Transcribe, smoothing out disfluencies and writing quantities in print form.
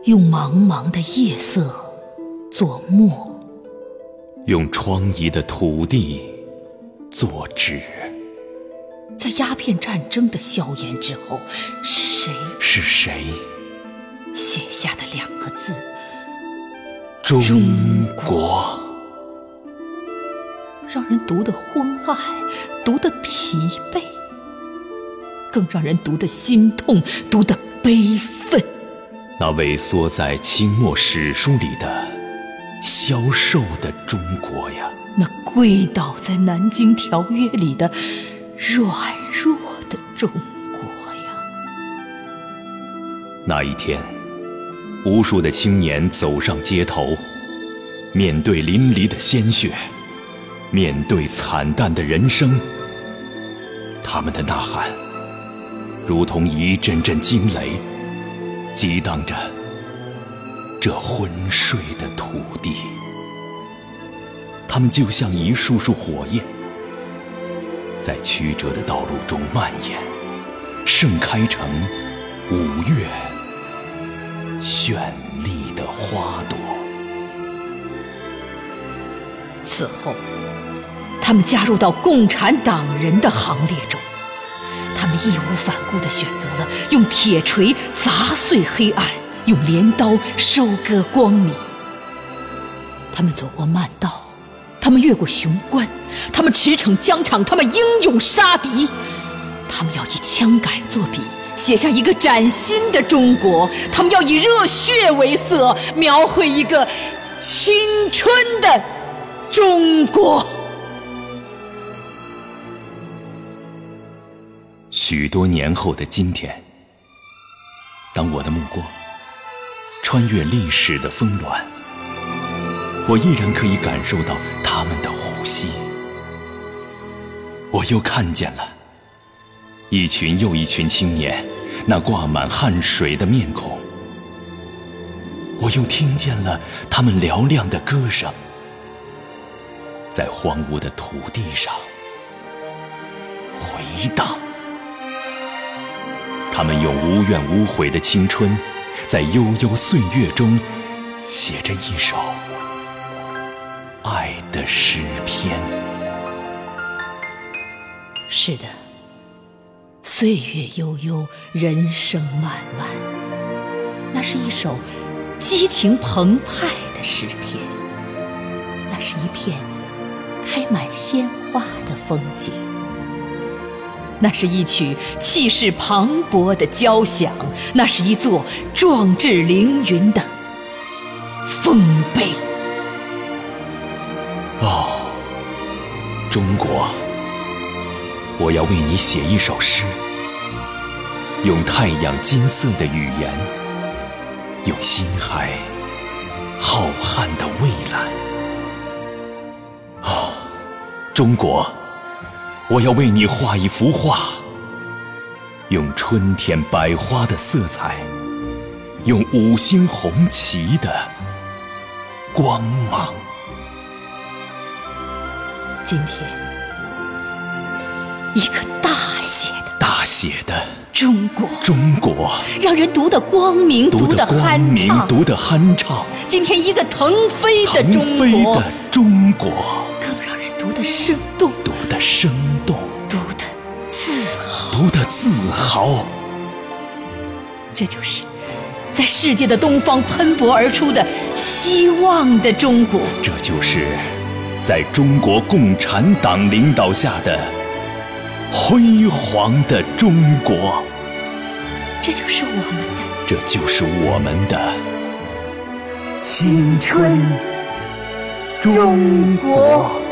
用茫茫的夜色作墨， 用疮痍的土地作纸。 在鸦片战争的硝烟之后，是谁写下的2个字： 中国？ 让人读得昏暗，读得疲惫，更让人读得心痛，读得悲愤。 那萎缩在清末史书里的消瘦的中国呀， 那跪倒在南京条约里的软弱的中国呀。 那一天，无数的青年走上街头，面对淋漓的鲜血，面对惨淡的人生，他们的呐喊如同一阵阵惊雷，激荡着这昏睡的土地。他们就像一束束火焰，在曲折的道路中蔓延，盛开成5月绚丽的花朵。 此后，他们加入到共产党人的行列中，他们义无反顾地选择了用铁锤砸碎黑暗，用镰刀收割光明。他们走过漫道，他们越过雄关，他们驰骋疆场，他们英勇杀敌。他们要以枪杆作笔，写下一个崭新的中国。他们要以热血为色，描绘一个青春的中国。 许多年后的今天，当我的目光穿越历史的峰峦，我依然可以感受到他们的呼吸。我又看见了一群又一群青年，那挂满汗水的面孔。我又听见了他们嘹亮的歌声，在荒芜的土地上回荡。他们用无怨无悔的青春，在悠悠岁月中写着一首爱的诗篇。 是的，岁月悠悠，人生漫漫，那是一首激情澎湃的诗篇，那是一片开满鲜花的风景，那是一曲气势磅礴的交响，那是一座壮志凌云的丰碑。 哦，中国，我要为你写一首诗，用太阳金色的语言，用星海浩瀚的蔚蓝。哦，中国，我要为你画一幅画，用春天百花的色彩，用5星红旗的光芒。 今天，一个大写的中国，让人读得光明，读得酣畅。今天，一个腾飞的中国，更让人读得生动，读得自豪。这就是在世界的东方喷薄而出的希望的中国， 这就是在中国共产党领导下的辉煌的中国。 这就是我们的青春中国。